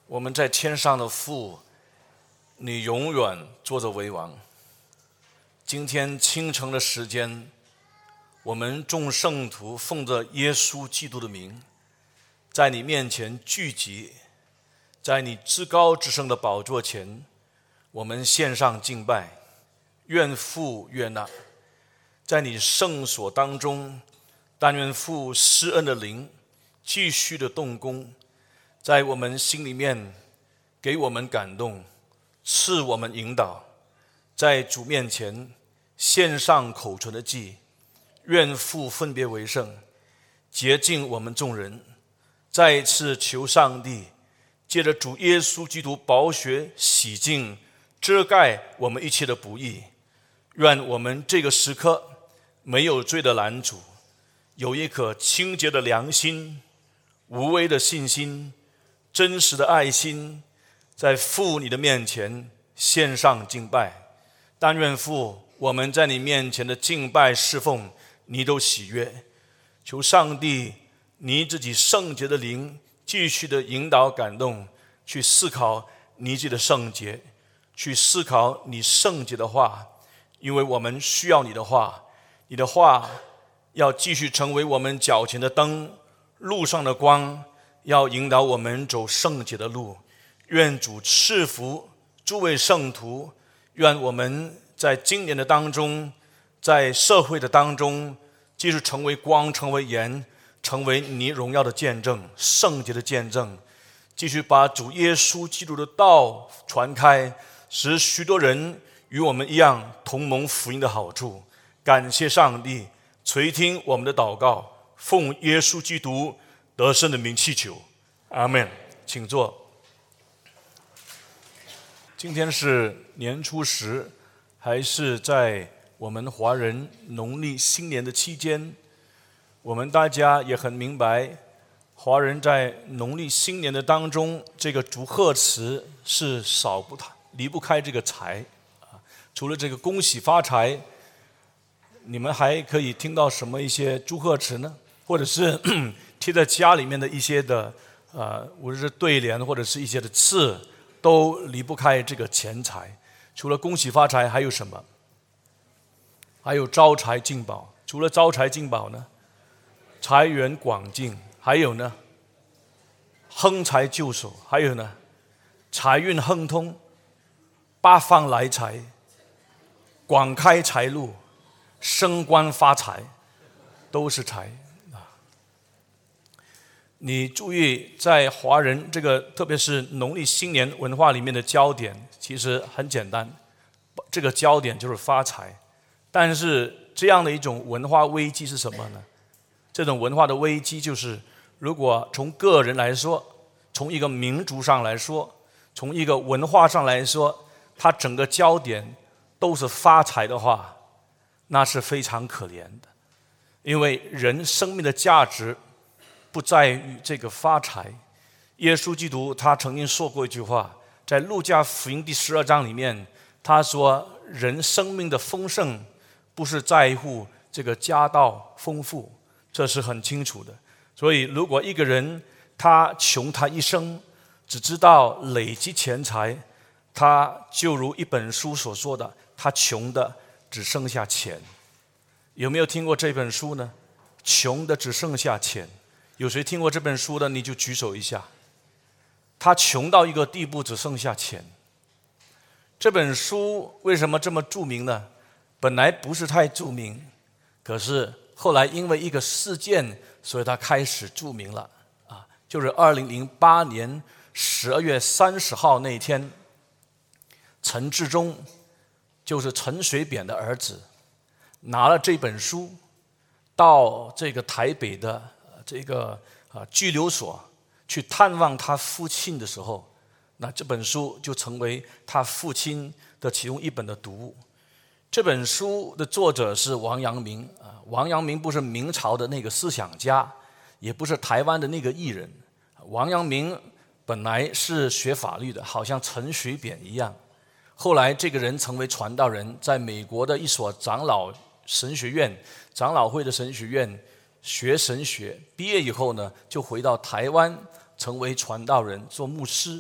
我们在天上的父，你永远坐着为王。今天清晨的时间，我们众圣徒奉着耶稣基督的名，在你面前聚集，在你至高至圣的宝座前，我们献上敬拜，愿父悦纳。在你圣所当中，但愿父施恩的灵继续的动工，在我们心里面给我们感动，赐我们引导，在主面前献上口唇的祭，愿父分别为圣，洁净我们众人。再一次求上帝借着主耶稣基督宝血洗净遮盖我们一切的不义，愿我们这个时刻没有罪的拦阻，有一颗清洁的良心，无畏的信心，真实的爱心，在父你的面前献上敬拜。但愿父我们在你面前的敬拜侍奉你都喜悦。求上帝你自己圣洁的灵继续的引导感动，去思考你自己的圣洁，去思考你圣洁的话，因为我们需要你的话，你的话要继续成为我们脚前的灯，路上的光，要引导我们走圣洁的路。愿主赐福诸位圣徒，愿我们在今年的当中，在社会的当中，继续成为光，成为盐，成为你荣耀的见证，圣洁的见证，继续把主耶稣基督的道传开，使许多人与我们一样同蒙福音的好处。感谢上帝垂听我们的祷告，奉耶稣基督得胜的名祈求，阿们。请坐。今天是年初10，还是在我们华人农历新年的期间。我们大家也很明白，华人在农历新年的当中，这个祝贺词是离不开这个财。除了这个恭喜发财，你们还可以听到什么一些祝贺词呢？或者是贴在家里面的一些的无论是对联或者是一些的字，都离不开这个钱财。除了恭喜发财还有什么？还有招财进宝。除了招财进宝呢，财源广进。还有呢，亨财就手。还有呢，财运亨通，八方来财，广开财路，升官发财，都是财。你注意，在华人这个特别是农历新年文化里面的焦点其实很简单，这个焦点就是发财。但是这样的一种文化危机是什么呢？这种文化的危机就是，如果从个人来说，从一个民族上来说，从一个文化上来说，它整个焦点都是发财的话，那是非常可怜的。因为人生命的价值不在于这个发财。耶稣基督他曾经说过一句话，在路加福音第12章里面，他说人生命的丰盛不是在乎这个家道丰富，这是很清楚的。所以如果一个人他穷他一生，只知道累积钱财，他就如一本书所说的，他穷的只剩下钱。有没有听过这本书呢？穷的只剩下钱。有谁听过这本书的？你就举手一下。他穷到一个地步，只剩下钱。这本书为什么这么著名呢？本来不是太著名，可是后来因为一个事件，所以他开始著名了。就是2008年12月30号那天，陈志忠，就是陈水扁的儿子，拿了这本书到这个台北的这个拘留所去探望他父亲的时候，那这本书就成为他父亲的其中一本的读物。这本书的作者是王阳明。王阳明不是明朝的那个思想家，也不是台湾的那个艺人。王阳明本来是学法律的，好像陈水扁一样。后来这个人成为传道人，在美国的一所长老神学院，长老会的神学院学神学，毕业以后呢，就回到台湾成为传道人，做牧师。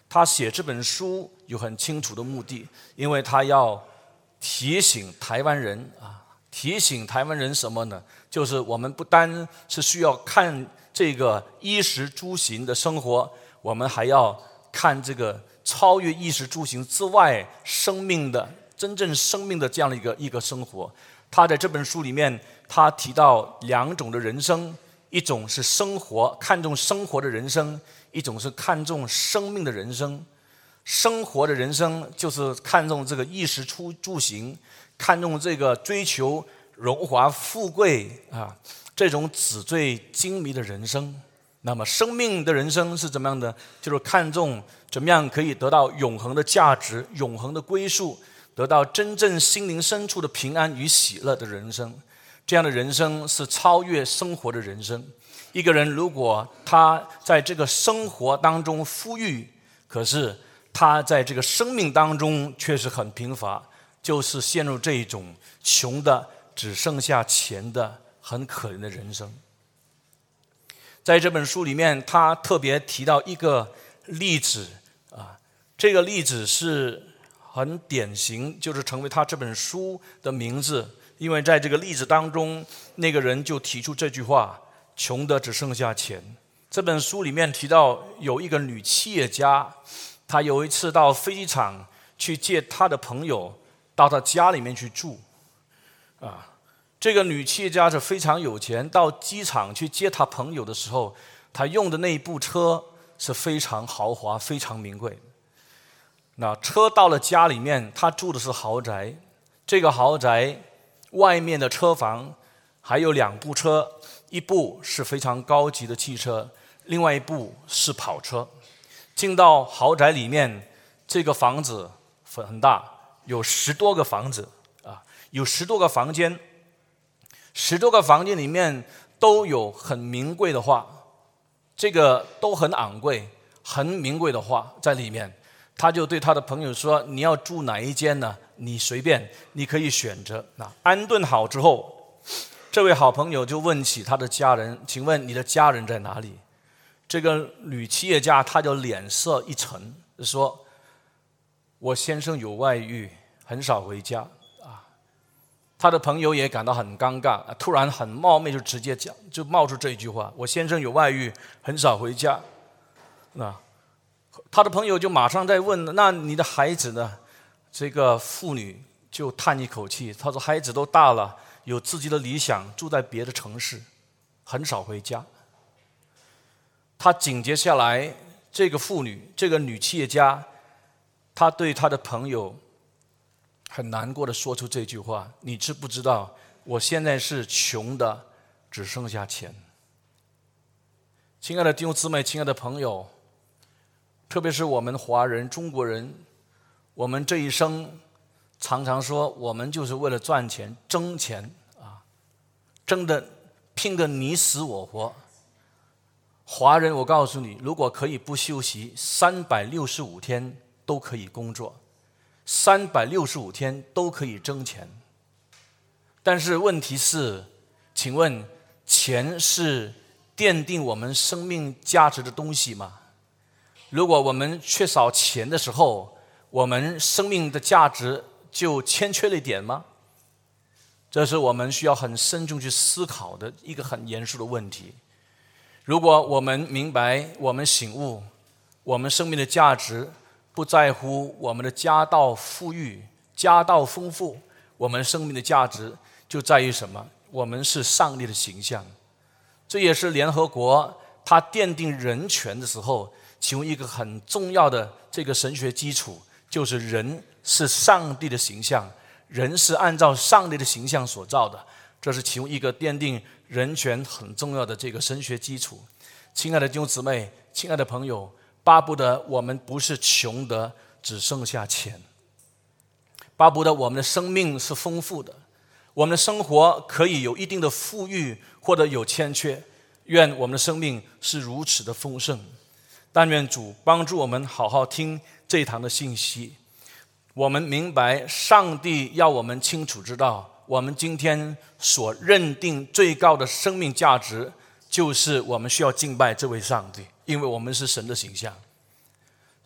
他写这本书有很清楚的目的，因为他要提醒台湾人提醒台湾人什么呢？就是我们不单是需要看这个衣食住行的生活，我们还要看这个超越衣食住行之外真正生命的这样的一个生活。他在这本书里面，他提到两种的人生，一种是看重生活的人生，一种是看重生命的人生。生活的人生就是看重这个衣食住行，看重这个追求荣华富贵这种纸醉金迷的人生。那么生命的人生是怎么样的？就是看重怎么样可以得到永恒的价值、永恒的归宿，得到真正心灵深处的平安与喜乐的人生。这样的人生是超越生活的人生。一个人如果他在这个生活当中富裕，可是他在这个生命当中却是很贫乏，就是陷入这一种穷的只剩下钱的很可怜的人生。在这本书里面，他特别提到一个例子这个例子是很典型，就是成为他这本书的名字。因为在这个例子当中，那个人就提出这句话：穷的只剩下钱。这本书里面提到有一个女企业家，她有一次到飞机场去接她的朋友到她家里面去住这个女企业家是非常有钱，到机场去接她朋友的时候，她用的那一部车是非常豪华、非常名贵。那车到了家里面，她住的是豪宅，这个豪宅外面的车房还有2部车，一部是非常高级的汽车，另外一部是跑车。进到豪宅里面，这个房子很大，有10多个房子有10多个房间，10多个房间里面都有很名贵的画，这个都很昂贵、很名贵的画在里面。他就对他的朋友说：“你要住哪一间呢？你随便，你可以选择。”安顿好之后，这位好朋友就问起他的家人：“请问你的家人在哪里？”这个女企业家她就脸色一沉，说：“我先生有外遇，很少回家。”他的朋友也感到很尴尬，突然很冒昧就直接讲，就冒出这一句话：“我先生有外遇，很少回家。”他的朋友就马上在问：“那你的孩子呢？”这个妇女就叹一口气，她说：“孩子都大了，有自己的理想，住在别的城市，很少回家。”她紧接下来，这个妇女，这个女企业家，她对她的朋友很难过的说出这句话：“你知不知道，我现在是穷的只剩下钱。”亲爱的弟兄姊妹，亲爱的朋友，特别是我们华人、中国人，我们这一生常常说我们就是为了赚钱、争钱争得拼个你死我活。华人，我告诉你，如果可以不休息，365天都可以工作，365天都可以挣钱。但是问题是，请问钱是奠定我们生命价值的东西吗？如果我们缺少钱的时候，我们生命的价值就欠缺了一点吗？这是我们需要很慎重去思考的一个很严肃的问题。如果我们明白，我们醒悟，我们生命的价值不在乎我们的家道富裕、家道丰富，我们生命的价值就在于什么？我们是上帝的形象。这也是联合国它奠定人权的时候，其中一个很重要的这个神学基础，就是人是上帝的形象，人是按照上帝的形象所造的，这是其中一个奠定人权很重要的这个神学基础。亲爱的弟兄姊妹，亲爱的朋友，巴不得我们不是穷得只剩下钱，巴不得我们的生命是丰富的，我们的生活可以有一定的富裕或者有欠缺，愿我们的生命是如此的丰盛。但愿主帮助我们好好听这一堂的信息，我们明白上帝要我们清楚知道，我们今天所认定最高的生命价值，就是我们需要敬拜这位上帝，因为我们是神的形象。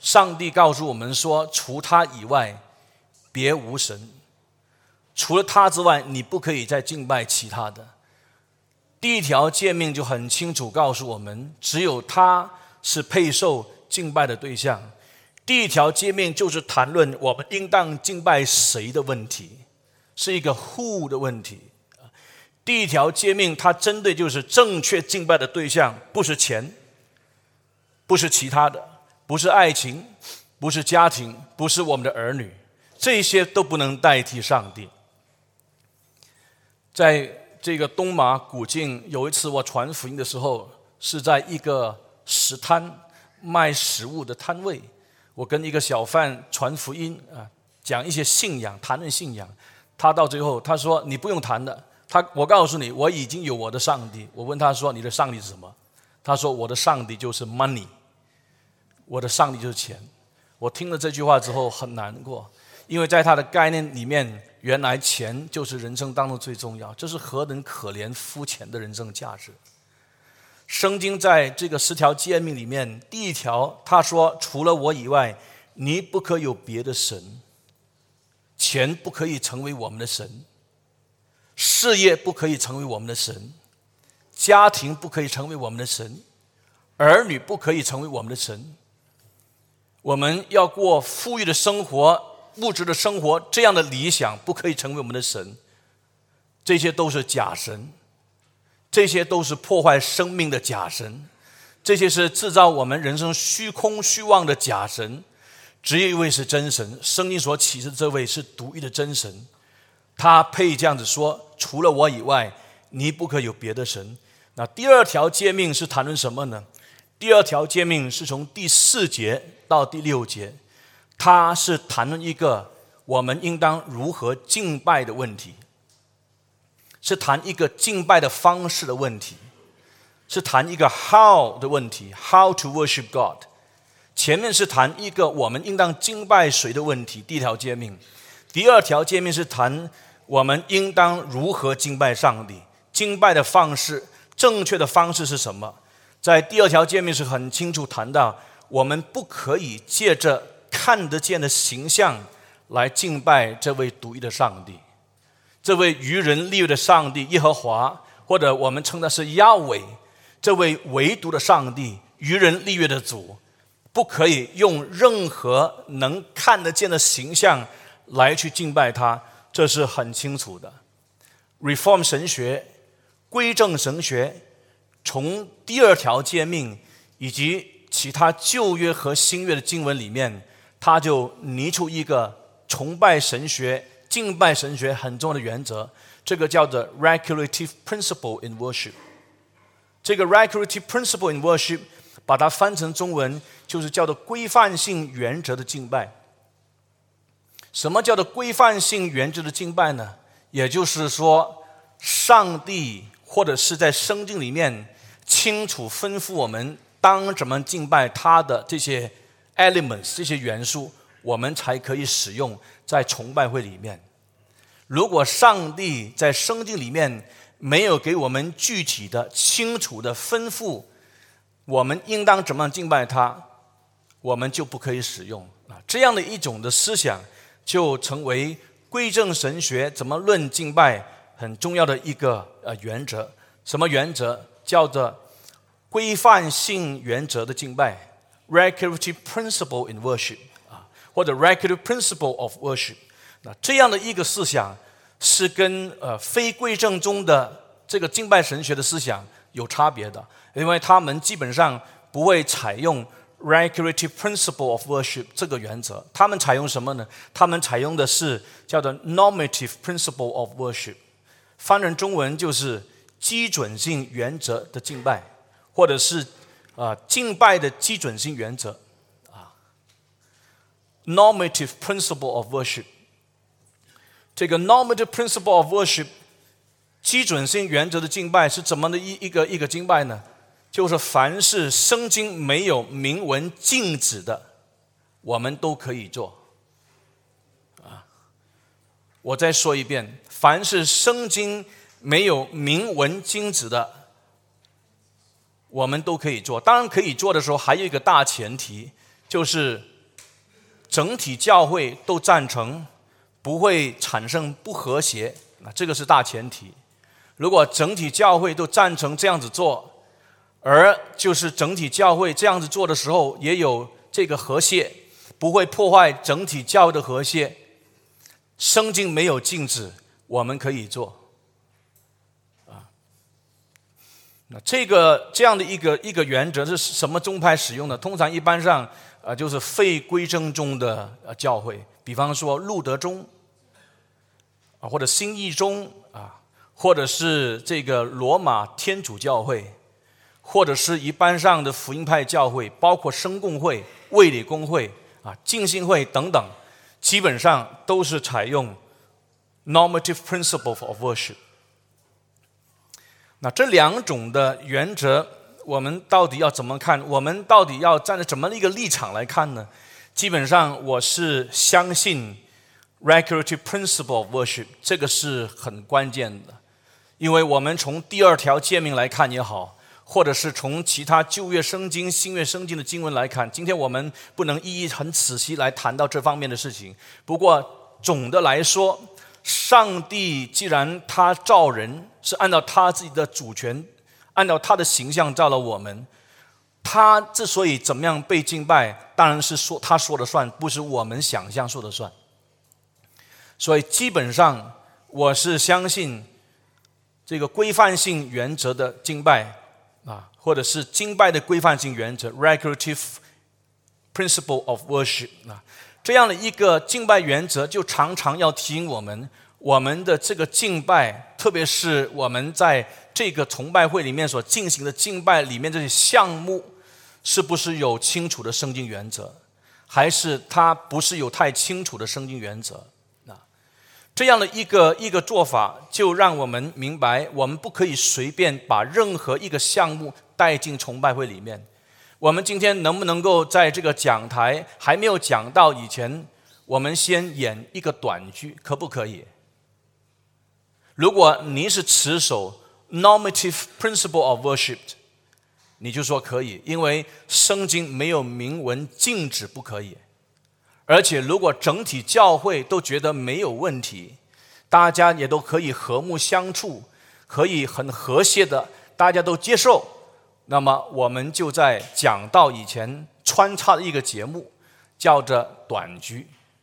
上帝告诉我们说，除他以外别无神，除了他之外你不可以再敬拜其他的。第一条诫命就很清楚告诉我们，只有他是配受敬拜的对象。第一条诫命就是谈论我们应当敬拜谁的问题，是一个 who 的问题。第一条诫命它针对就是正确敬拜的对象，不是钱，不是其他的，不是爱情，不是家庭，不是我们的儿女，这些都不能代替上帝。在这个东马古晋，有一次我传福音的时候，是在一个食摊卖食物的摊位，我跟一个小贩传福音讲一些信仰，谈论信仰。他到最后他说你不用谈的，我告诉你，我已经有我的上帝。我问他说你的上帝是什么？他说我的上帝就是 money， 我的上帝就是钱。我听了这句话之后很难过，因为在他的概念里面，原来钱就是人生当中最重要，这是何等可怜肤浅的人生价值。圣经在这个10条诫命里面，第一条他说除了我以外你不可有别的神，钱不可以成为我们的神，事业不可以成为我们的神，家庭不可以成为我们的神，儿女不可以成为我们的神。我们要过富裕的生活，物质的生活，这样的理想不可以成为我们的神。这些都是假神，这些都是破坏生命的假神，这些是制造我们人生虚空虚妄的假神。只有一位是真神，圣经所启示的这位是独一的真神，他配这样子说，除了我以外你不可有别的神。那第二条诫命是谈论什么呢？第二条诫命是从第4节到第6节，它是谈论一个我们应当如何敬拜的问题，是谈一个敬拜的方式的问题，是谈一个 how 的问题， how to worship God。 前面是谈一个我们应当敬拜谁的问题，第一条诫命。第二条诫命是谈我们应当如何敬拜上帝，敬拜的方式，正确的方式是什么。在第二条诫命是很清楚谈到，我们不可以借着看得见的形象来敬拜这位独一的上帝，这位于人立约的上帝耶和华，或者我们称他是亚伟，这位唯独的上帝，于人立约的主，不可以用任何能看得见的形象来去敬拜他，这是很清楚的。 Reform 神学、归正神学，从第二条诫命以及其他旧约和新约的经文里面，他就拟出一个崇拜神学、敬拜神学很重要的原则，这个叫做 regulative principle in worship。 这个 regulative principle in worship 把它翻成中文就是叫做规范性原则的敬拜。什么叫做规范性原则的敬拜呢？也就是说，上帝或者是在圣经里面清楚吩咐我们当怎么敬拜他的这些 elements， 这些元素，我们才可以使用在崇拜会里面。如果上帝在圣经里面没有给我们具体的清楚的吩咐我们应当怎么敬拜他，我们就不可以使用。这样的一种的思想就成为归正神学怎么论敬拜很重要的一个原则。什么原则？叫做规范性原则的敬拜 regulative principle in worship， 或者 regulative principle of worship。 那这样的一个思想是跟非归正中的这个敬拜神学的思想有差别的，因为他们基本上不会采用 regulative principle of worship 这个原则。他们采用什么呢？他们采用的是叫做 normative principle of worship， 翻成中文就是基准性原则的敬拜，或者是敬拜的基准性原则normative principle of worship。 这个 normative principle of worship 基准性原则的敬拜是怎么的一个敬拜呢？就是凡是圣经没有明文禁止的，我们都可以做。我再说一遍，凡是圣经没有明文禁止的，我们都可以做。当然可以做的时候还有一个大前提，就是整体教会都赞成，不会产生不和谐，那这个是大前提。如果整体教会都赞成这样子做，而就是整体教会这样子做的时候也有这个和谐，不会破坏整体教会的和谐，圣经没有禁止，我们可以做。那这样的一个原则是什么宗派使用的？通常一般上就是非规正宗的教会，比方说路德宗或者新义宗或者是这个罗马天主教会，或者是一般上的福音派教会，包括生共会、卫理公会浸信会等等，基本上都是采用 normative principle of worship。那这两种的原则，我们到底要怎么看？我们到底要站在怎么一个立场来看呢？基本上我是相信 regulative principle of worship， 这个是很关键的。因为我们从第2条诫命来看也好，或者是从其他旧约圣经、新约圣经的经文来看，今天我们不能一一很仔细来谈到这方面的事情。不过总的来说，上帝既然他造人是按照他自己的主权，按照他的形象造了我们，他之所以怎么样被敬拜，当然是他说了算，不是我们想象说了算。所以基本上我是相信这个规范性原则的敬拜或者是敬拜的规范性原则 regulative principle of worship 这样的一个敬拜原则就常常要提醒我们的这个敬拜，特别是我们在这个崇拜会里面所进行的敬拜里面这些项目，是不是有清楚的圣经原则，还是它不是有太清楚的圣经原则。这样的一个做法，就让我们明白，我们不可以随便把任何一个项目带进崇拜会里面。我们今天能不能够在这个讲台还没有讲到以前，我们先演一个短剧，可不可以？如果你是持守 normative principle of worship， 你就说可以，因为圣经没有明文禁止不可以。而且如果整体教会都觉得没有问题，大家也都可以和睦相处，可以很和谐的大家都接受，那么我们就在讲道以前穿插的一个节目，叫做短剧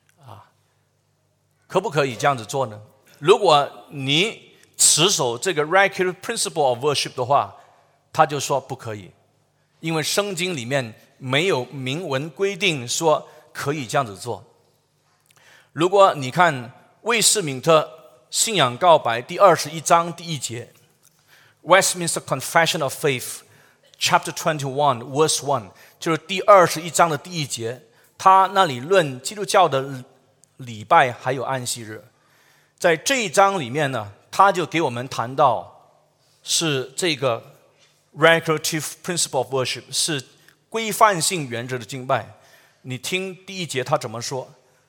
可不可以这样子做呢？如果你持守这个 regulative principle of worship 的话，他就说不可以，因为圣经里面没有明文规定说可以这样子做。如果你看魏士敏特信仰告白第21章第1节 Westminster Confession of Faith Chapter 21 Verse 1， 就是第21章的第1节，他那里论基督教的礼拜还有安息日。在这一章里面呢，他就给我们谈到是这个 regulative principle of worship， 是规范性原则的敬拜。你听第1节他怎么说？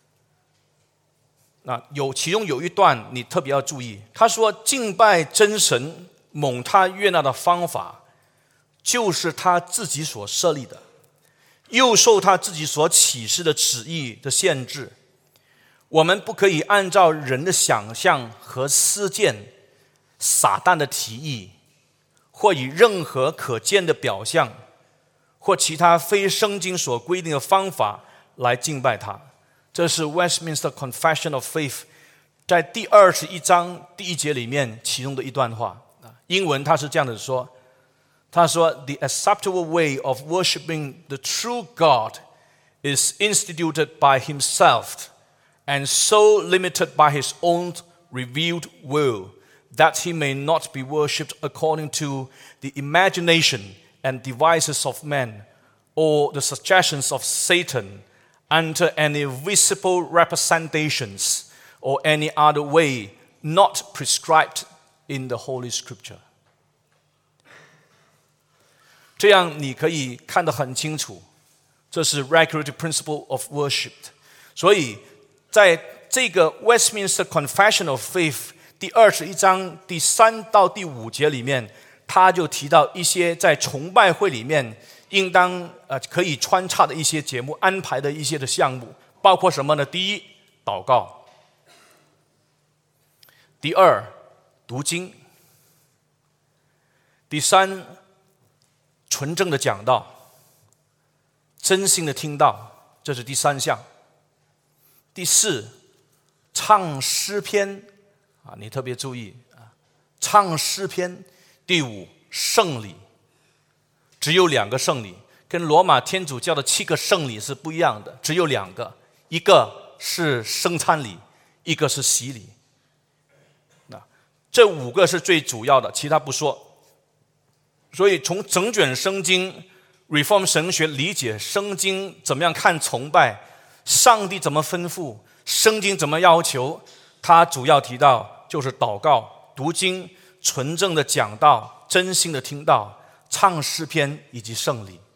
其中有一段你特别要注意，他说敬拜真神蒙他悦纳的方法，就是他自己所设立的，又受他自己所启示的旨意的限制。我们不可以按照人的想象和私见、撒旦的提议，或以任何可见的表象或其他非圣经所规定的方法来敬拜他。这是 Westminster Confession of Faith 在第21章第1节里面其中的一段话。英文他是这样子说，他说 The acceptable way of worshiping the true God is instituted by himself and so limited by his own revealed will that he may not be worshipped according to the imagination and devices of men or the suggestions of Satan under any visible representations or any other way not prescribed in the Holy Scripture。 这样你可以看得很清楚，这是 regulative principle of worship。 所以在这个 Westminster Confession of Faith 第21章第3到第5节里面，他就提到一些在崇拜会里面应当可以穿插的一些节目安排的一些的项目， 包括什么呢？第一，祷告；第二，读经；第三，纯正的讲道，真心的听道，这是第三项。第四，唱诗篇啊，你特别注意啊，唱诗篇。第五，圣礼，只有2个圣礼，跟罗马天主教的7个圣礼是不一样的，只有2个，一个是圣餐礼，一个是洗礼。那这5个是最主要的，其他不说。所以从整卷圣经 Reform 神学理解圣经怎么样看崇拜，上帝怎么吩咐，圣经怎么要求，它主要提到就是祷告、读经、纯正的讲道、真心的听道、唱诗篇以及圣礼。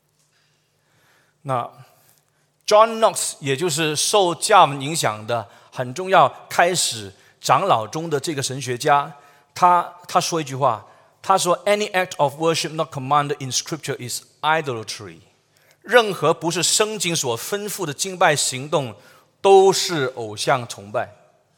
那 John Knox 也就是受加尔文影响的很重要开始长老中的这个神学家，他说一句话，他说 Any act of worship not commanded in scripture is idolatry。 任何不是圣经所吩咐的敬拜行动都是偶像崇拜。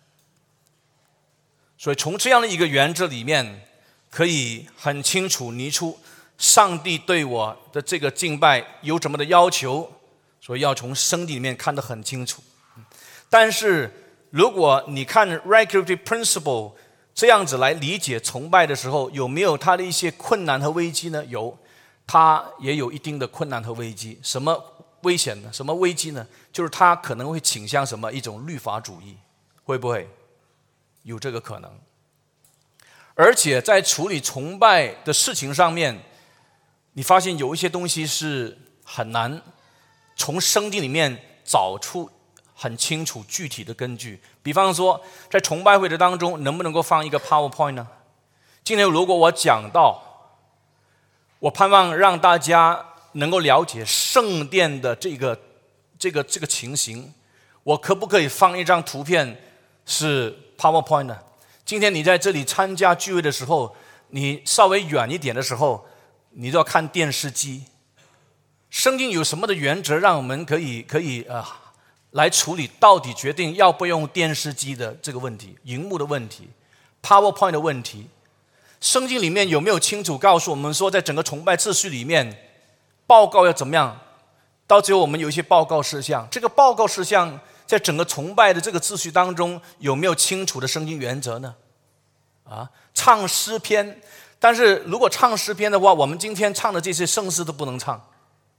所以从这样的一个原则里面，可以很清楚拟出上帝对我的这个敬拜有怎么的要求，所以要从圣经里面看得很清楚。但是如果你看 regularity principle 这样子来理解崇拜的时候，有没有它的一些困难和危机呢？有，它也有一定的困难和危机。什么危险呢？什么危机呢？就是它可能会倾向什么一种律法主义，会不会有这个可能？而且在处理崇拜的事情上面，你发现有一些东西是很难从圣经里面找出很清楚具体的根据。比方说在崇拜会的当中能不能够放一个 PowerPoint 呢？今天如果我讲到，我盼望让大家能够了解圣殿的这个情形，我可不可以放一张图片是 PowerPoint 呢？今天你在这里参加聚会的时候，你稍微远一点的时候，你都要看电视机。圣经有什么的原则让我们可以来处理到底决定要不用电视机的这个问题、荧幕的问题、PowerPoint 的问题？圣经里面有没有清楚告诉我们说，在整个崇拜秩序里面，报告要怎么样？到最后我们有一些报告事项，这个报告事项在整个崇拜的这个秩序当中有没有清楚的圣经原则呢？唱诗篇，但是如果唱诗篇的话，我们今天唱的这些圣诗都不能唱。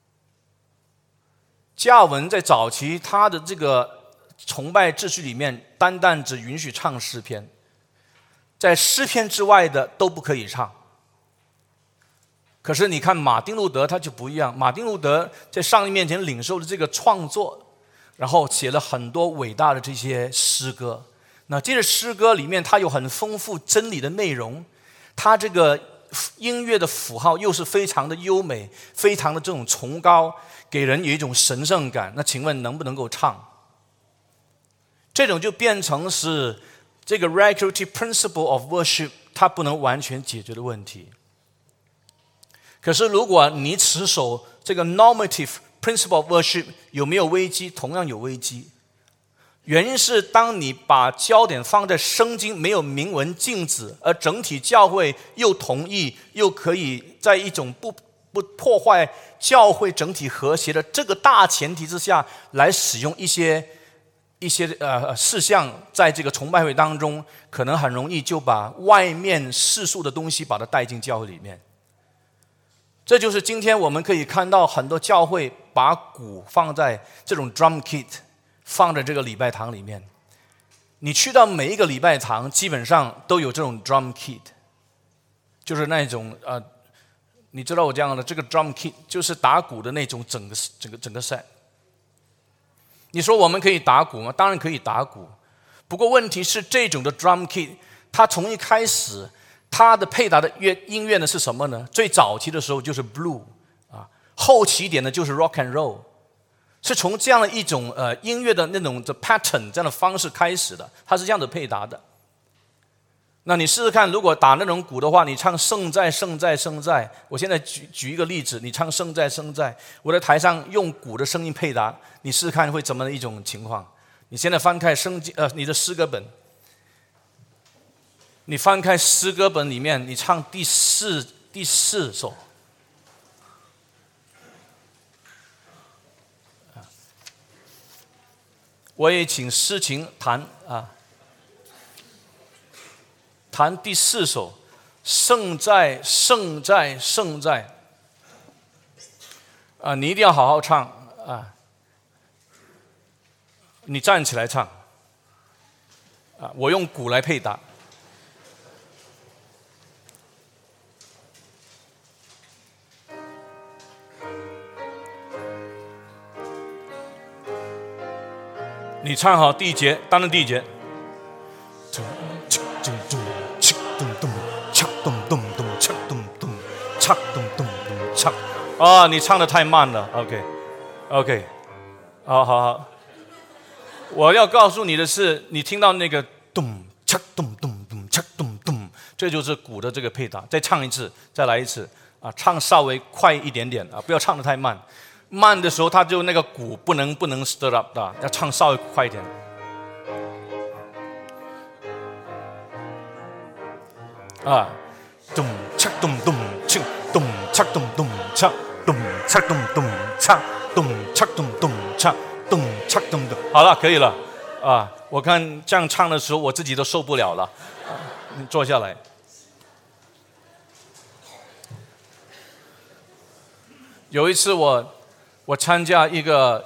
加尔文在早期他的这个崇拜秩序里面，单单只允许唱诗篇，在诗篇之外的都不可以唱。可是你看马丁路德他就不一样，马丁路德在上帝面前领受了这个创作，然后写了很多伟大的这些诗歌。那这些诗歌里面它有很丰富真理的内容，它这个音乐的符号又是非常的优美，非常的这种崇高，给人有一种神圣感。那请问能不能够唱？这种就变成是这个 regularity principle of worship 它不能完全解决的问题。可是如果你持守这个 normative principle of worship， 有没有危机？同样有危机。原因是当你把焦点放在圣经没有明文禁止，而整体教会又同意，又可以在一种不破坏教会整体和谐的这个大前提之下，来使用一些事项，在这个崇拜会当中，可能很容易就把外面世俗的东西把它带进教会里面。这就是今天我们可以看到很多教会把鼓放在这种 drum kit， 放在这个礼拜堂里面。你去到每一个礼拜堂，基本上都有这种 drum kit， 就是那种你知道我这样的这个 drum kit 就是打鼓的那种整个 set。你说我们可以打鼓吗？当然可以打鼓，不过问题是这种的 drum kit， 它从一开始它的配搭的音乐呢是什么呢？最早期的时候就是 blue 后期一点呢就是 rock and roll， 是从这样的一种音乐的那种的 pattern 这样的方式开始的，它是这样的配搭的。 那你试试看，如果打那种鼓的话，你唱圣在圣在圣在。我现在举一个例子，你唱圣在圣在，我在台上用鼓的声音配搭，你试试看会怎么的一种情况？你现在翻开你的诗歌本，你翻开诗歌本里面，你唱第四首。我也请诗琴弹第4首，圣在圣在圣在。你一定要好好唱你站起来唱我用鼓来配搭。你唱好第一节，单的第一节。你唱得太慢了。OK， 好。我要告诉你的是，你听到那个咚嚓咚咚咚嚓咚咚，这就是鼓的这个配搭。再唱一次，再来一次唱稍微快一点点不要唱得太慢。慢的时候，它就那个鼓不能 stir up 的，要唱稍微快一点。咚嚓咚咚庆咚嚓咚咚嚓咚嚓咚咚嚓咚嚓咚咚嚓咚嚓咚咚。好了，可以了我看这样唱的时候，我自己都受不了了你坐下来。有一次我参加一个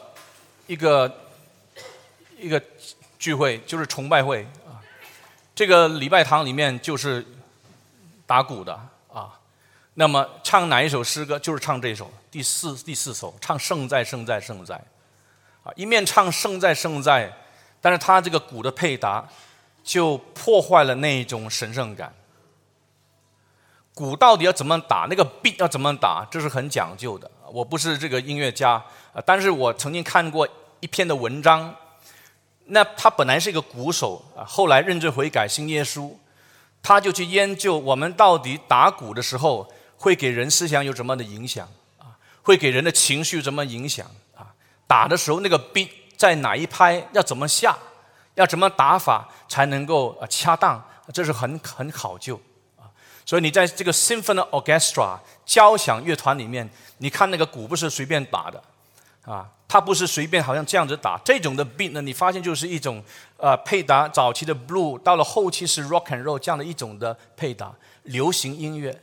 聚会，就是崇拜会这个礼拜堂里面就是打鼓的那么唱哪一首诗歌，就是唱这首第四首，唱圣在圣在圣在一面唱圣在圣在，但是他这个鼓的配搭就破坏了那一种神圣感。鼓到底要怎么打，那个 beat 要怎么打，这是很讲究的。我不是这个音乐家但是我曾经看过一篇的文章，那他本来是一个鼓手后来认罪悔改信耶稣，他就去研究我们到底打鼓的时候会给人思想有什么的影响会给人的情绪怎么影响打的时候那个 beat 在哪一拍要怎么下，要怎么打法才能够恰当，这是很考究所以你在这个 Symphony Orchestra 交响乐团里面，你看那个鼓不是随便打的它不是随便好像这样子打。这种的 beat 呢，你发现就是一种配搭，早期的 blue 到了后期是 rock and roll 这样的一种的配搭。流行音乐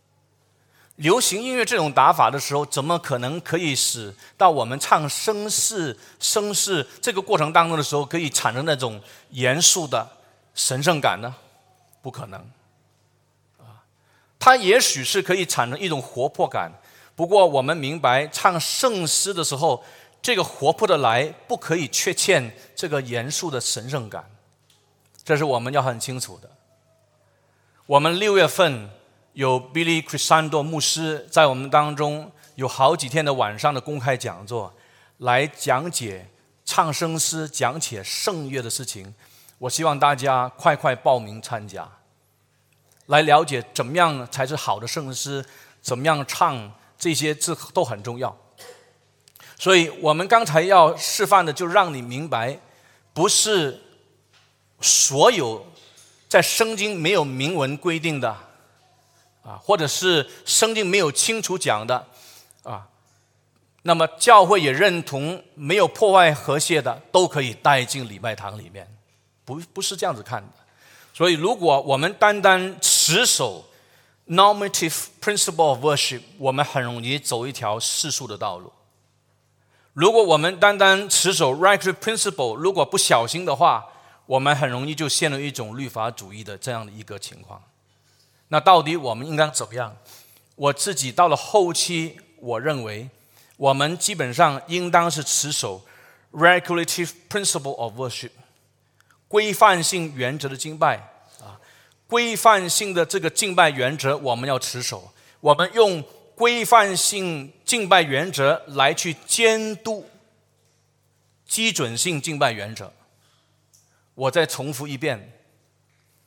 这种打法的时候，怎么可能可以使到我们唱声势这个过程当中的时候，可以产生那种严肃的神圣感呢？不可能它也许是可以产生一种活泼感，不过我们明白唱圣诗的时候，这个活泼的来不可以缺欠这个严肃的神圣感，这是我们要很清楚的。我们6月份有 Billy Crisando 牧师在我们当中有好几天的晚上的公开讲座，来讲解唱圣诗，讲解圣乐的事情。我希望大家快报名参加，来了解怎么样才是好的圣诗，怎么样唱，这些字都很重要。所以我们刚才要示范的，就让你明白，不是所有在圣经没有明文规定的或者是圣经没有清楚讲的那么教会也认同没有破坏和谐的都可以带进礼拜堂里面，不是这样子看的。所以如果我们单单持守 normative principle of worship， 我们很容易走一条世俗的道路。如果我们单单持守 righteous principle， 如果不小心的话，我们很容易就陷入一种律法主义的这样的一个情况。那到底我们应该怎么样？我自己到了后期，我认为我们基本上应当是持守 regulative principle of worship， 规范性原则的敬拜规范性的这个敬拜原则我们要持守，我们用规范性敬拜原则来去监督基准性敬拜原则。我再重复一遍，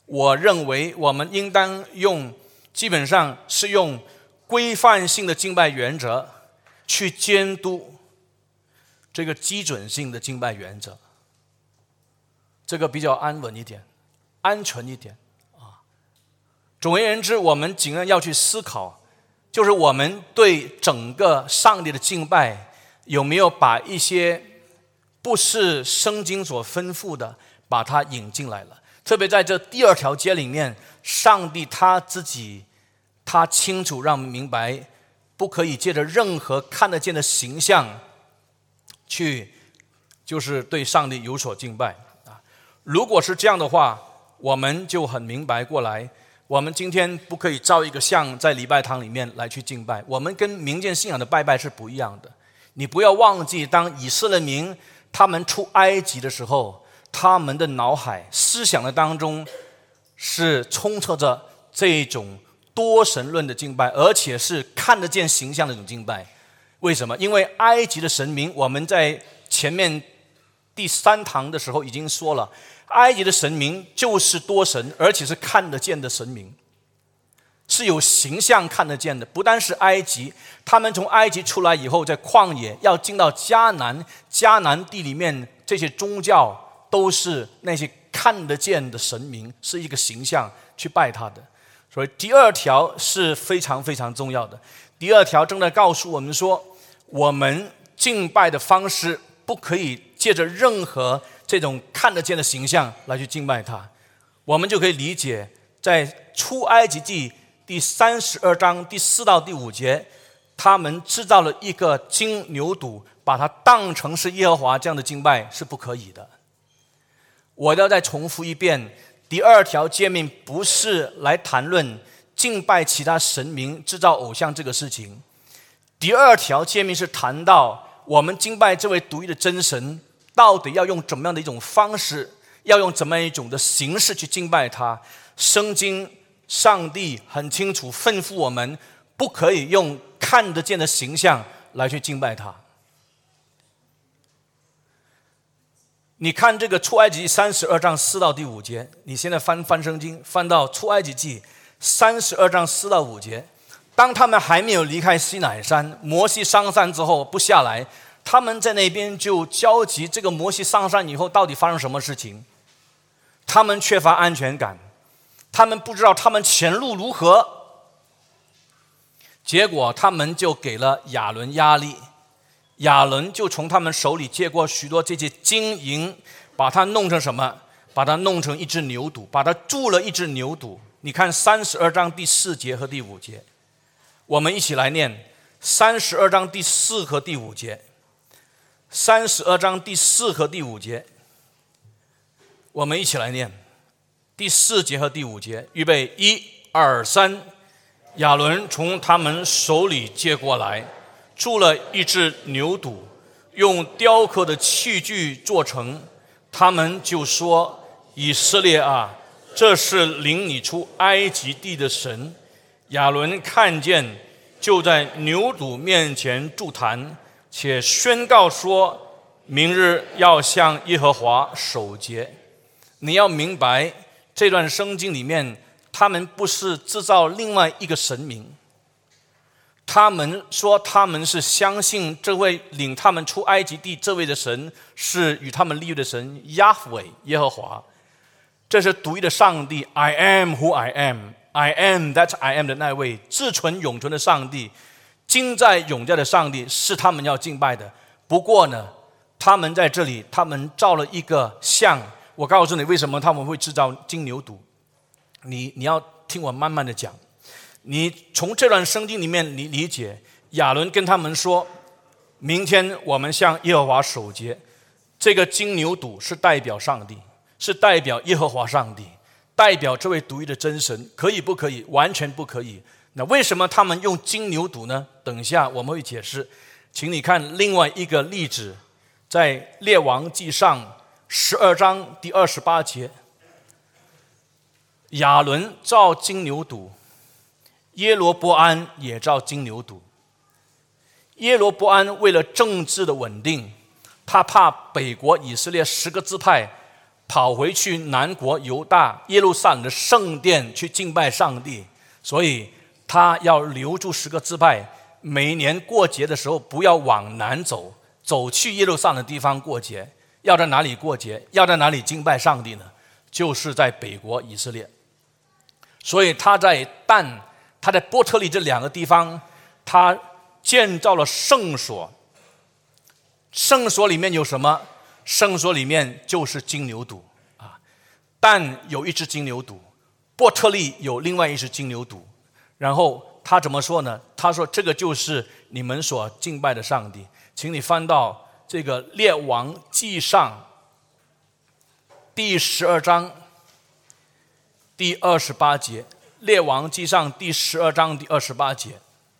我认为我们应当基本上是用规范性的敬拜原则去监督这个基准性的敬拜原则，这个比较安稳一点，安全一点啊。总而言之，我们尽量要去思考，就是我们对整个上帝的敬拜有没有把一些不是圣经所吩咐的把它引进来了。特别在这第2条街里面，上帝他自己他清楚让我们明白，不可以借着任何看得见的形象去就是对上帝有所敬拜啊。如果是这样的话，我们就很明白过来，我们今天不可以造一个像在礼拜堂里面来去敬拜，我们跟民间信仰的拜拜是不一样的。你不要忘记，当以色列民他们出埃及的时候，他们的脑海思想的当中是充斥着这种多神论的敬拜，而且是看得见形象的一种敬拜。为什么？因为埃及的神明，我们在前面第3堂的时候已经说了，埃及的神明就是多神，而且是看得见的神明，是有形象看得见的。不单是埃及，他们从埃及出来以后，在旷野要进到迦南地里面，这些宗教都是那些看得见的神明，是一个形象去拜他的。所以第2条是非常非常重要的。第2条正在告诉我们说，我们敬拜的方式不可以借着任何这种看得见的形象来去敬拜他。我们就可以理解，在出埃及记第32章第4到第5节，他们制造了一个金牛犊，把它当成是耶和华，这样的敬拜是不可以的。我要再重复一遍，第2条诫命不是来谈论敬拜其他神明、制造偶像这个事情。第2条诫命是谈到我们敬拜这位独一的真神，到底要用怎么样的一种方式，要用怎么样一种的形式去敬拜他。圣经上帝很清楚吩咐我们，不可以用看得见的形象来去敬拜他。你看这个出埃及记32章4到第5节，你现在翻圣经，翻到出埃及记32章4到5节，当他们还没有离开西乃山，摩西上山之后不下来，他们在那边就焦急，这个摩西上山以后到底发生什么事情？他们缺乏安全感，他们不知道他们前路如何，结果他们就给了亚伦压力，亚伦就从他们手里接过许多这些金银，把它弄成什么？把它弄成一只牛犊，把它铸了一只牛犊。你看32章第4节和第5节，我们一起来念32章第4和第5节。32章第4和第5节，我们一起来念第4节和第5节。预备，1、2、3。亚伦从他们手里接过来，铸了一只牛犊，用雕刻的器具做成。他们就说：以色列啊，这是领你出埃及地的神。亚伦看见，就在牛犊面前筑坛，且宣告说：明日要向耶和华守节。你要明白，这段圣经里面，他们不是制造另外一个神明，他们说他们是相信这位领他们出埃及地这位的神是与他们立约的神亚弗维耶和华，这是独一的上帝。 I am who I am， I am that I am 的那位至存永存的上帝，今在永在的上帝，是他们要敬拜的。不过呢，他们在这里他们造了一个像。我告诉你为什么他们会制造金牛犊，你要听我慢慢的讲。你从这段圣经里面你理解，亚伦跟他们说，明天我们向耶和华守节。这个金牛犊是代表上帝，是代表耶和华上帝，代表这位独一的真神。可以不可以？完全不可以。那为什么他们用金牛犊呢？等一下我们会解释。请你看另外一个例子，在列王记上12章第28节，亚伦造金牛犊，耶罗波安也造金牛犊。耶罗波安为了政治的稳定，他怕北国以色列10个支派跑回去南国犹大耶路撒冷的圣殿去敬拜上帝，所以他要留住10个支派，每一年过节的时候不要往南走，走去耶路撒冷的地方过节。要在哪里过节？要在哪里敬拜上帝呢？就是在北国以色列。所以他在伯特利这2个地方，他建造了圣所。圣所里面有什么？圣所里面就是金牛犊啊。但有一只金牛犊，伯特利有另外一只金牛犊。然后他怎么说呢？他说这个就是你们所敬拜的上帝。请你翻到这个列王纪上第12章第28节，列王纪上第12章第28节，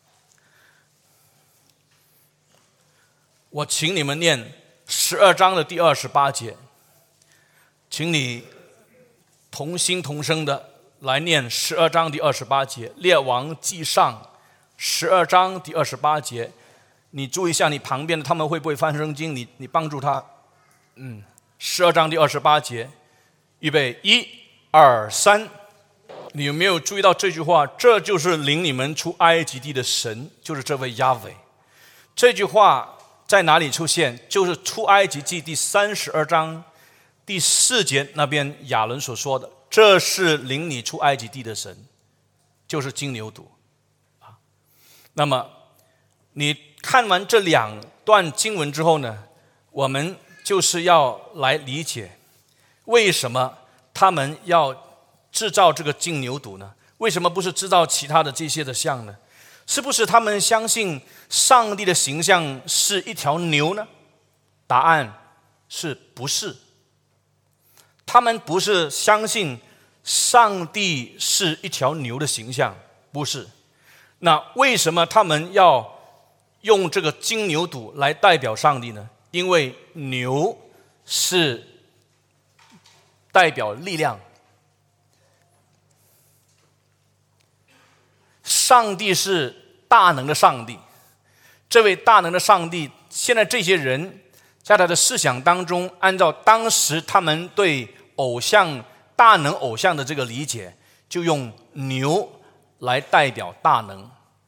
我请你们念12章的第28节，请你同心同声的来念12章第28节，列王纪上12章第28节。你注意一下你旁边的他们会不会翻圣经，你帮助他。12章第28节，预备1、2、3。你有没有注意到这句话？这就是领你们出埃及地的神，就是这位亚伟。这句话在哪里出现？就是出埃及记第32章第4节那边亚伦所说的，这是领你出埃及地的神，就是金牛犊。那么你看完这2段经文之后呢，我们就是要来理解为什么他们要制造这个金牛犊呢？为什么不是制造其他的这些的像呢？是不是他们相信上帝的形象是一条牛呢？答案是不是。他们不是相信上帝是一条牛的形象，不是。那为什么他们要用这个金牛犊来代表上帝呢？因为牛是代表力量，上帝是大能的上帝。这位大能的上帝，现在这些人在他的思想当中，按照当时他们对偶像大能偶像的这个理解，就用牛来代表大能。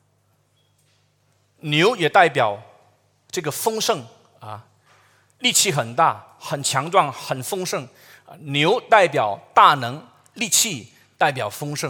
牛也代表这个丰盛啊，力气很大，很强壮，很丰盛。牛代表大能，力气代表丰盛。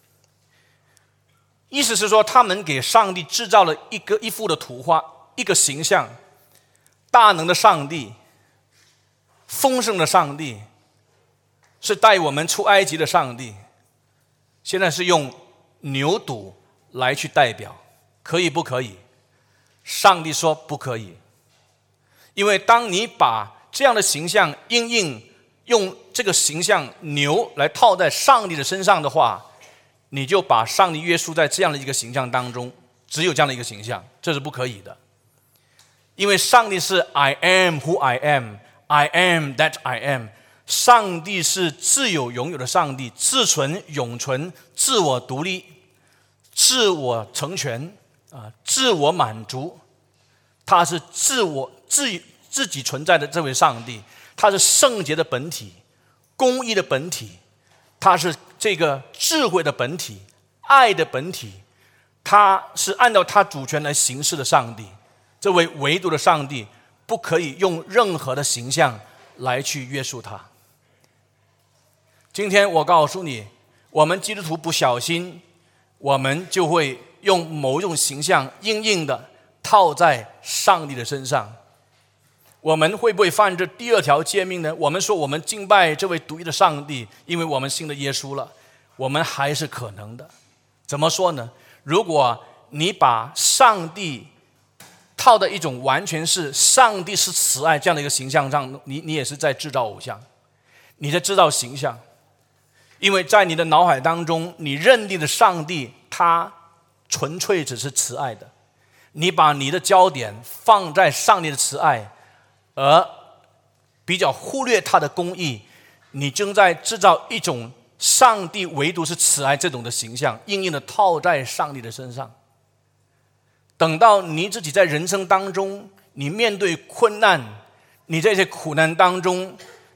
意思是说，他们给上帝制造了一幅的图画，一个形象，大能的上帝，丰盛的上帝，是带我们出埃及的上帝。现在是用牛犊来去代表，可以不可以？上帝说不可以，因为当你把这样的形象用这个形象牛来套在上帝的身上的话，你就把上帝约束在这样的一个形象当中，只有这样的一个形象，这是不可以的。因为上帝是 I am who I am, I am that I am。 上帝是自有永有的上帝，自存永存，自我独立，自我成全，自我满足。他是自己存在的这位上帝，他是圣洁的本体，公义的本体，他是这个智慧的本体，爱的本体，他是按照他主权来行事的上帝。这位唯独的上帝不可以用任何的形象来去约束他。今天我告诉你，我们基督徒不小心，我们就会用某一种形象硬的套在上帝的身上。我们会不会犯这第2条诫命呢？我们说我们敬拜这位独一的上帝，因为我们信了耶稣了，我们还是可能的。怎么说呢？如果你把上帝套的一种完全是上帝是慈爱这样的一个形象上，你也是在制造偶像，你在制造形象。因为在你的脑海当中，你认定的上帝他纯粹只是慈爱的，你把你的焦点放在上帝的慈爱，而比较忽略他的公义，你正在制造一种上帝唯独是慈爱这种的形象，硬的套在上帝的身上。等到你自己在人生当中，你面对困难，你在这些苦难当中，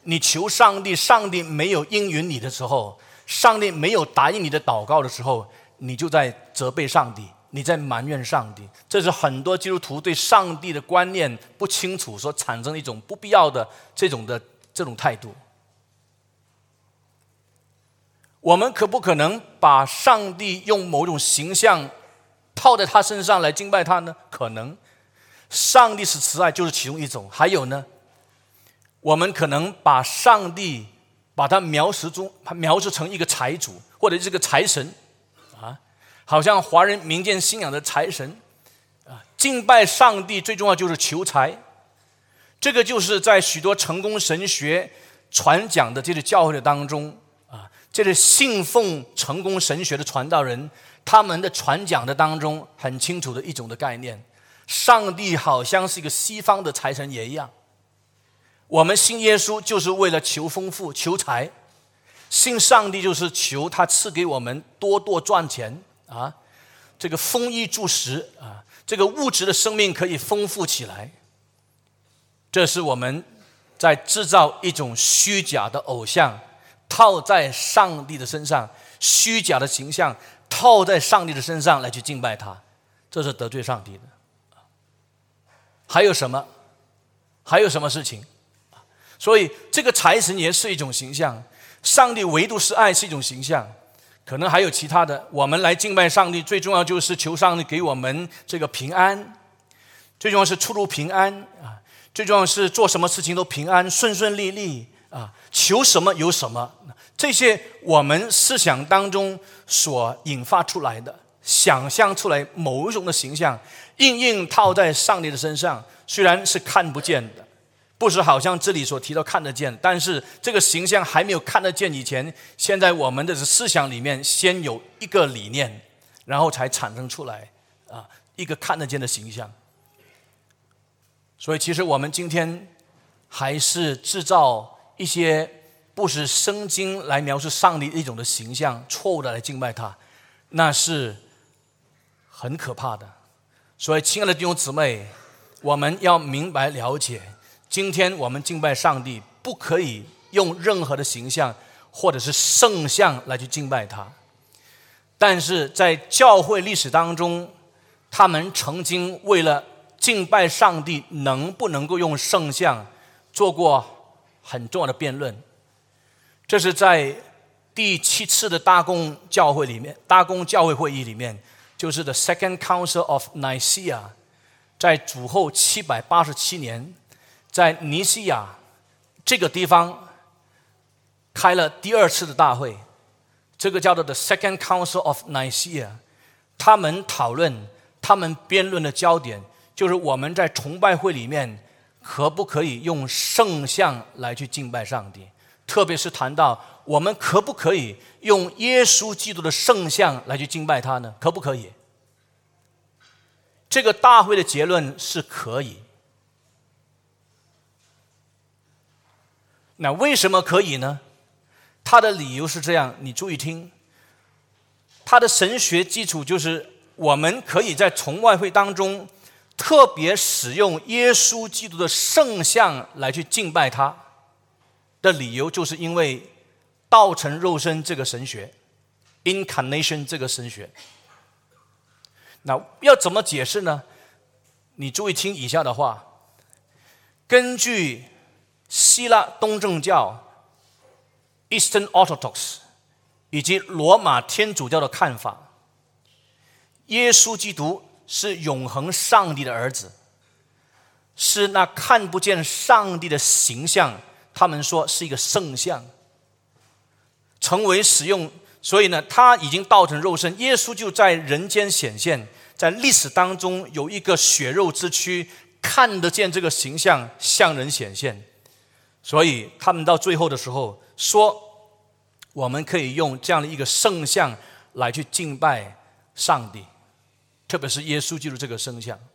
你求上帝，上帝没有应允你的时候，上帝没有答应你的祷告的时候，你就在责备上帝，你在埋怨上帝。这是很多基督徒对上帝的观念不清楚所产生的一种不必要的这种态度。我们可不可能把上帝用某种形象套在他身上来敬拜他呢？可能。上帝是慈爱就是其中一种。还有呢，我们可能把上帝把他描述成一个财主或者是个财神啊，好像华人民间信仰的财神啊，敬拜上帝最重要就是求财。这个就是在许多成功神学传讲的这个教会的当中啊，这是信奉成功神学的传道人他们的传讲的当中很清楚的一种的概念。上帝好像是一个西方的财神爷一样，我们信耶稣就是为了求丰富求财，信上帝就是求他赐给我们多多赚钱啊，这个丰衣足食啊，这个物质的生命可以丰富起来。这是我们在制造一种虚假的偶像套在上帝的身上，虚假的形象套在上帝的身上来去敬拜他，这是得罪上帝的。还有什么？还有什么事情？所以这个财神爷是一种形象，上帝唯独是爱是一种形象，可能还有其他的。我们来敬拜上帝最重要就是求上帝给我们这个平安，最重要是出入平安啊，最重要是做什么事情都平安顺顺利利啊，求什么有什么。这些我们思想当中所引发出来的，想象出来某一种的形象，硬套在上帝的身上，虽然是看不见的，不是好像这里所提到看得见，但是这个形象还没有看得见以前，现在我们的思想里面先有一个理念，然后才产生出来啊一个看得见的形象。所以其实我们今天还是制造一些不是圣经来描述上帝一种的形象，错误的来敬拜他，那是很可怕的。所以亲爱的弟兄姊妹，我们要明白了解，今天我们敬拜上帝不可以用任何的形象或者是圣像来去敬拜他。但是在教会历史当中，他们曾经为了敬拜上帝能不能够用圣像做过很重要的辩论。这是在第7次的大公教会里面，大公教会会议里面，就是 The Second Council of Nicaea， 在主后787年，在尼西亚这个地方开了第2次的大会，这个叫做 The Second Council of Nicaea。 他们讨论，他们辩论的焦点就是我们在崇拜会里面可不可以用圣像来去敬拜上帝，特别是谈到我们可不可以用耶稣基督的圣像来去敬拜他呢？可不可以？这个大会的结论是可以。那为什么可以呢？他的理由是这样，你注意听。他的神学基础就是我们可以在崇拜会当中特别使用耶稣基督的圣像来去敬拜他的理由，就是因为道成肉身这个神学 Incarnation 这个神学。那要怎么解释呢？你注意听以下的话。根据希腊东正教 Eastern Orthodox 以及罗马天主教的看法，耶稣基督是永恒上帝的儿子，是那看不见上帝的形象，他们说是一个圣像，成为使用。所以呢，他已经道成肉身，耶稣就在人间显现，在历史当中有一个血肉之躯，看得见这个形象向人显现。所以他们到最后的时候说，我们可以用这样的一个圣像来去敬拜上帝，特别是耶稣基督这个圣像。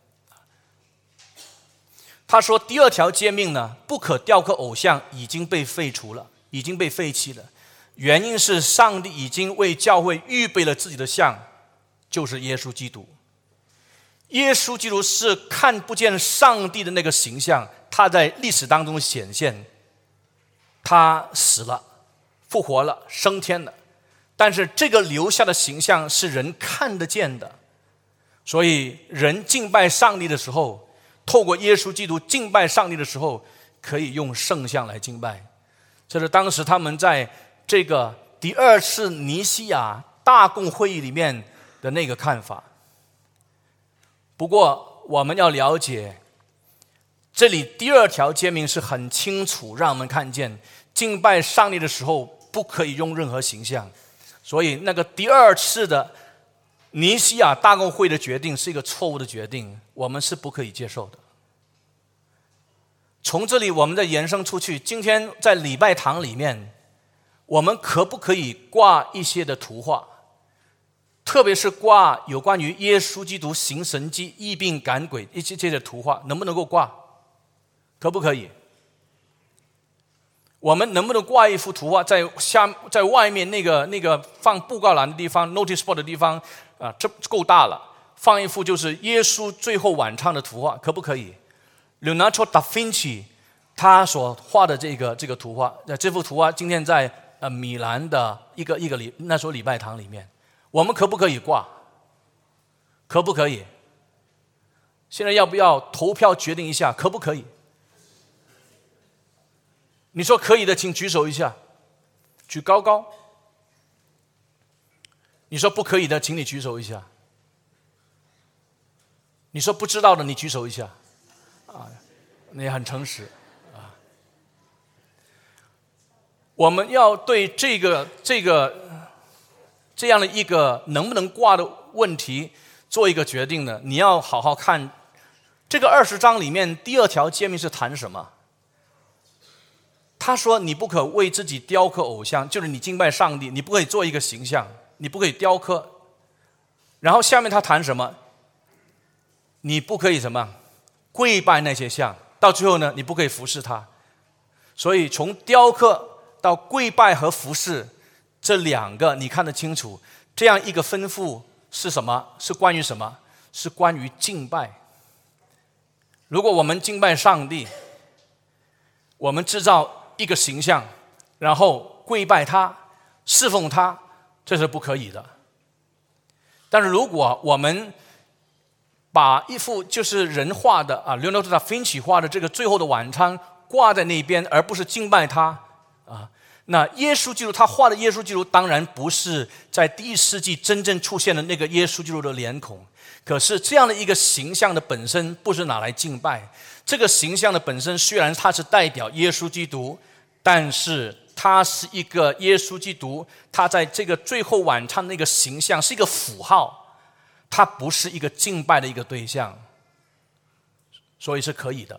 他说第2条诫命呢，不可雕刻偶像已经被废除了，已经被废弃了。原因是上帝已经为教会预备了自己的像，就是耶稣基督。耶稣基督是看不见上帝的那个形象，他在历史当中显现。 他死了，复活了，升天了。但是这个留下的形象是人看得见的，所以人敬拜上帝的时候，透过耶稣基督敬拜上帝的时候，可以用圣像来敬拜。这是当时他们在这个第二次尼西亚大公会议里面的那个看法。不过我们要了解，这里第二条诫命是很清楚让我们看见，敬拜上帝的时候不可以用任何形象。所以那个第二次的尼西亚大公会的决定是一个错误的决定，我们是不可以接受的。从这里我们再延伸出去，今天在礼拜堂里面，我们可不可以挂一些的图画，特别是挂有关于耶稣基督行神迹、疫病赶鬼一些的图画，能不能够挂？可不可以？我们能不能挂一幅图画在外面那个放布告栏的地方 notice board 的地方这够大了，放一幅就是耶稣最后晚餐的图画，可不可以？Leonardo da Vinci 他所画的这个图画，这幅图画今天在米兰的一个那时候礼拜堂里面，我们可不可以挂？可不可以？现在要不要投票决定一下，可不可以？你说可以的，请举手一下，举高高。你说不可以的，请你举手一下。你说不知道的，你举手一下。你很诚实啊。我们要对这样的一个能不能挂的问题做一个决定呢？你要好好看这个20章里面第2条诫命是谈什么？他说你不可为自己雕刻偶像，就是你敬拜上帝，你不可以做一个形象，你不可以雕刻。然后下面他谈什么？你不可以什么？跪拜那些像。到最后呢，你不可以服侍他。所以从雕刻到跪拜和服侍这2个你看得清楚，这样一个吩咐是什么？是关于什么？是关于敬拜。如果我们敬拜上帝，我们制造一个形象，然后跪拜他，侍奉他，这是不可以的。但是如果我们把一幅就是人画的Leonardo da Vinci 画的这个最后的晚餐挂在那边，而不是敬拜他那耶稣基督他画的耶稣基督当然不是在第1世纪真正出现的那个耶稣基督的脸孔，可是这样的一个形象的本身不是拿来敬拜。这个形象的本身虽然它是代表耶稣基督，但是它是一个耶稣基督他在这个最后晚餐的那个形象是一个符号，它不是一个敬拜的一个对象，所以是可以的。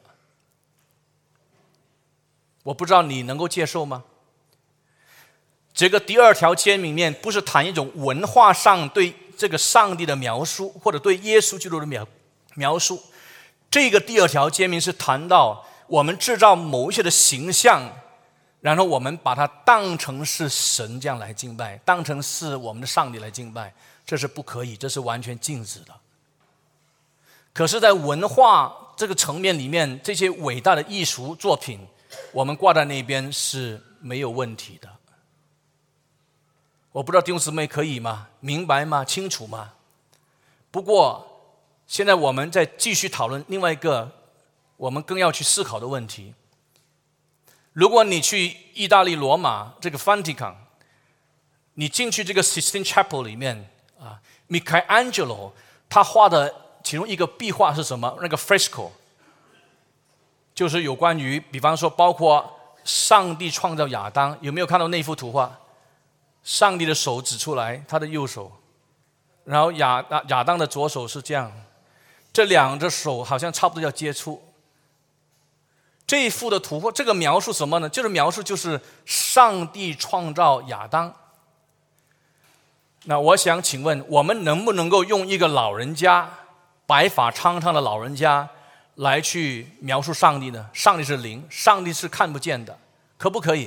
我不知道你能够接受吗？这个第2条诫命里面不是谈一种文化上对这个上帝的描述，或者对耶稣基督的描述。这个第2条诫命是谈到我们制造某一些的形象，然后我们把它当成是神这样来敬拜，当成是我们的上帝来敬拜，这是不可以，这是完全禁止的。可是在文化这个层面里面，这些伟大的艺术作品我们挂在那边是没有问题的。我不知道弟兄姊妹可以吗？明白吗？清楚吗？不过现在我们再继续讨论另外一个我们更要去思考的问题。如果你去意大利罗马这个 Vatican， 你进去这个 Sistine Chapel 里面Michelangelo 他画的其中一个壁画是什么？那个 fresco 就是有关于比方说包括上帝创造亚当，有没有看到那幅图画？上帝的手指出来，他的右手，然后亚当的左手是这样，这2只手好像差不多要接触。这一幅的图画，这个描述什么呢？就是上帝创造亚当。那我想请问，我们能不能够用一个老人家，白发苍苍的老人家来去描述上帝呢？上帝是灵，上帝是看不见的，可不可以？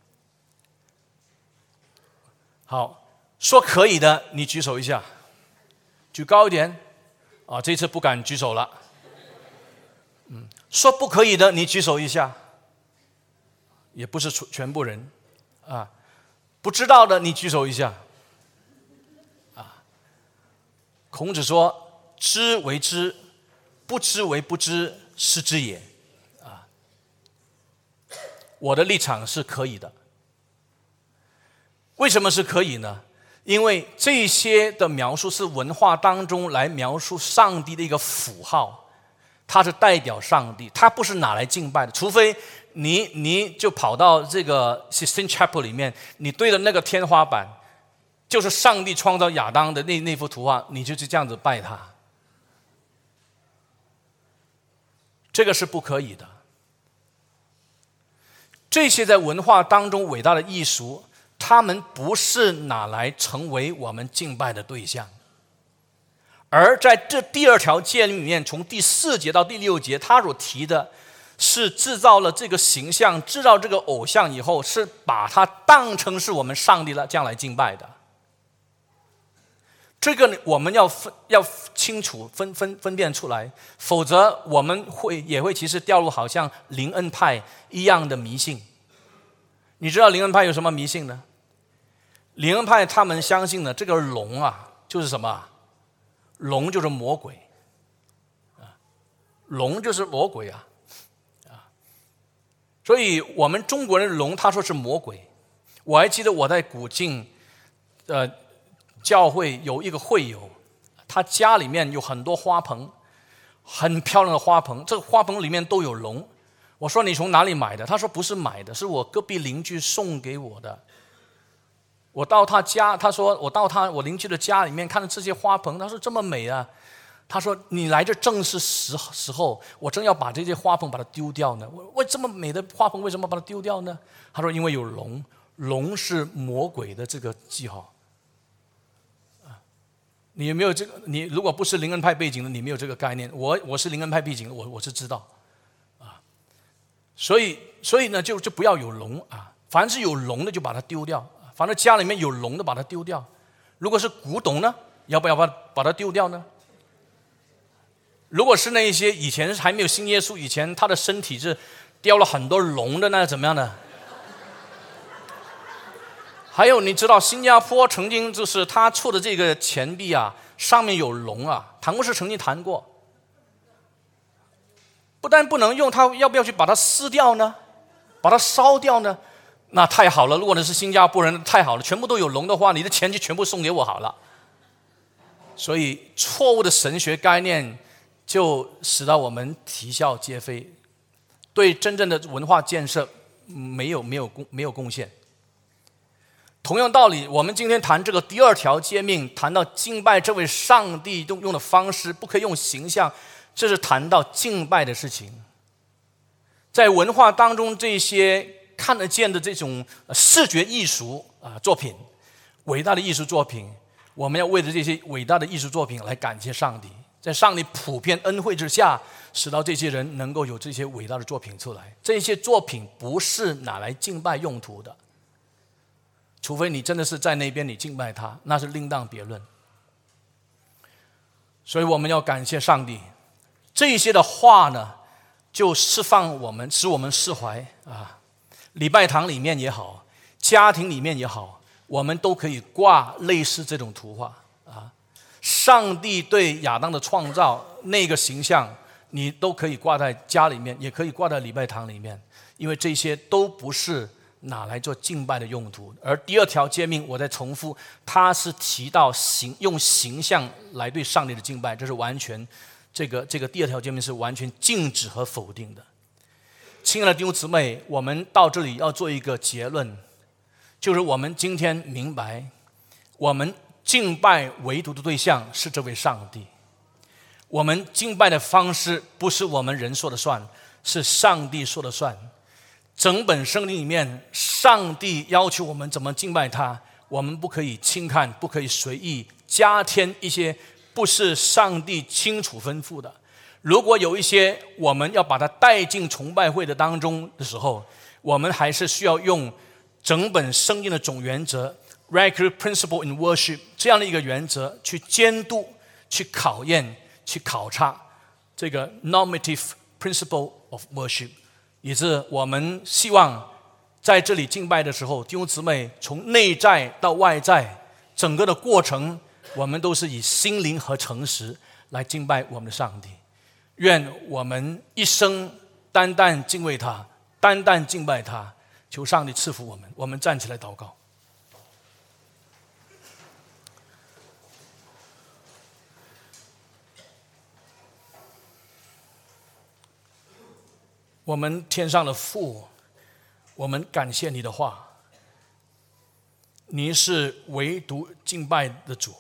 好，说可以的你举手一下，举高一点这次不敢举手了。说不可以的你举手一下， 也不是全部人啊。不知道的你举手一下啊。孔子说：“知为知，不知为不知，是知也。”啊，我的立场是可以的。为什么是可以呢？因为这些的描述是文化当中来描述上帝的一个符号，它是代表上帝，它不是拿来敬拜的。除非你就跑到这个 Sistine Chapel 里面，你对着那个天花板，就是上帝创造亚当的那幅图画，你就这样子拜他，这个是不可以的。这些在文化当中伟大的艺术，他们不是拿来成为我们敬拜的对象。而在这第二条诫命里面，从第4节到第6节，他所提的是制造了这个形象，制造这个偶像以后，是把它当成是我们上帝这样来敬拜的。这个我们要清楚分辨出来，否则我们也会其实掉入好像灵恩派一样的迷信。你知道灵恩派有什么迷信呢？灵恩派他们相信呢，这个龙啊，就是什么？龙就是魔鬼，龙就是魔鬼啊！所以我们中国人的龙，他说是魔鬼。我还记得我在古晋，教会有一个会友，他家里面有很多花棚，很漂亮的花棚，这个花棚里面都有龙。我说你从哪里买的？他说不是买的，是我隔壁邻居送给我的。我到他家，他说我到我邻居的家里面看到这些花棚，他说这么美啊，他说你来这正是时候，我正要把这些花棚把它丢掉呢。为这么美的花棚为什么把它丢掉呢？他说因为有龙，龙是魔鬼的这个记号。你有没有这个？你如果不是灵恩派背景的，你没有这个概念。我是灵恩派背景的，我是知道啊。所以呢，就不要有龙啊，凡是有龙的就把它丢掉。反正家里面有龙的把它丢掉。如果是古董呢，要不要把它丢掉呢？如果是那一些以前还没有信耶稣以前，他的身体是雕了很多龙的，那怎么样呢？还有你知道新加坡曾经就是他出的这个钱币啊，上面有龙啊，谭牧师曾经谈过。不但不能用，他要不要去把它撕掉呢？把它烧掉呢？那太好了，如果你是新加坡人，太好了，全部都有龙的话，你的钱就全部送给我好了。所以错误的神学概念就使到我们啼笑皆非，对真正的文化建设没有贡献。同样道理，我们今天谈这个第2条诫命，谈到敬拜这位上帝用的方式，不可以用形象，这是谈到敬拜的事情。在文化当中，这些看得见的这种视觉艺术作品，伟大的艺术作品，我们要为着这些伟大的艺术作品来感谢上帝，在上帝普遍恩惠之下，使到这些人能够有这些伟大的作品出来。这些作品不是拿来敬拜用途的，除非你真的是在那边你敬拜他，那是另当别论。所以我们要感谢上帝，这些的话呢，就释放我们，使我们释怀啊。礼拜堂里面也好，家庭里面也好，我们都可以挂类似这种图画啊。上帝对亚当的创造那个形象，你都可以挂在家里面，也可以挂在礼拜堂里面，因为这些都不是拿来做敬拜的用途。而第2条诫命，我再重复，它是提到用形象来对上帝的敬拜，这是完全这个第2条诫命是完全禁止和否定的。亲爱的弟兄姊妹，我们到这里要做一个结论，就是我们今天明白，我们敬拜唯独的对象是这位上帝。我们敬拜的方式不是我们人说了算，是上帝说了算。整本圣经里面，上帝要求我们怎么敬拜他，我们不可以轻看，不可以随意加添一些不是上帝清楚吩咐的。如果有一些我们要把它带进崇拜会的当中的时候，我们还是需要用整本圣经的总原则 Regular Principle in Worship 这样的一个原则去监督、去考验、去考察这个 Normative Principle of Worship， 也是我们希望在这里敬拜的时候，弟兄姊妹从内在到外在整个的过程，我们都是以心灵和诚实来敬拜我们的上帝。愿我们一生单单敬畏他，单单敬拜他。求上帝赐福我们。我们站起来祷告。我们天上的父，我们感谢你的话。你是唯独敬拜的主，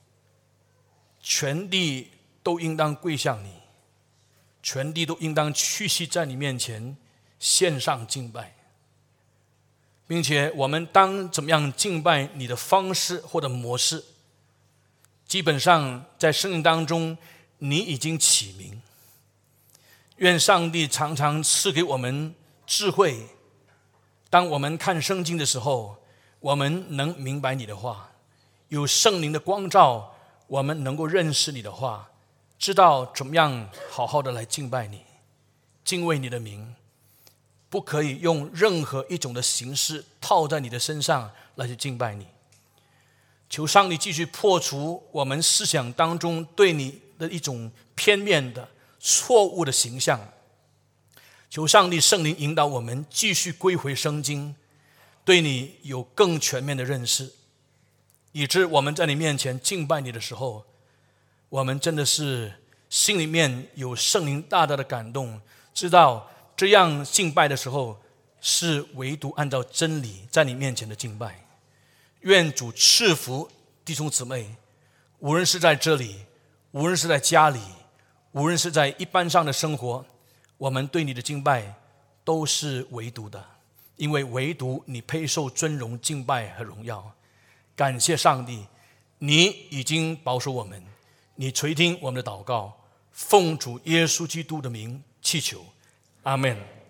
全地都应当归向你，全地都应当屈膝在你面前献上敬拜，并且我们当怎么样敬拜你的方式或者模式，基本上在圣经当中你已经起名。愿上帝常常赐给我们智慧，当我们看圣经的时候，我们能明白你的话，有圣灵的光照，我们能够认识你的话，知道怎么样好好的来敬拜你，敬畏你的名，不可以用任何一种的形式套在你的身上来去敬拜你。求上帝继续破除我们思想当中对你的一种片面的错误的形象。求上帝圣灵引导我们继续归回圣经，对你有更全面的认识，以致我们在你面前敬拜你的时候，我们真的是心里面有圣灵大大的感动，知道这样敬拜的时候是唯独按照真理在你面前的敬拜。愿主赐福弟兄姊妹，无论是在这里，无论是在家里，无论是在一般上的生活，我们对你的敬拜都是唯独的，因为唯独你配受尊荣、敬拜和荣耀。感谢上帝，你已经保守我们，你垂听我们的祷告，奉主耶稣基督的名祈求，阿们。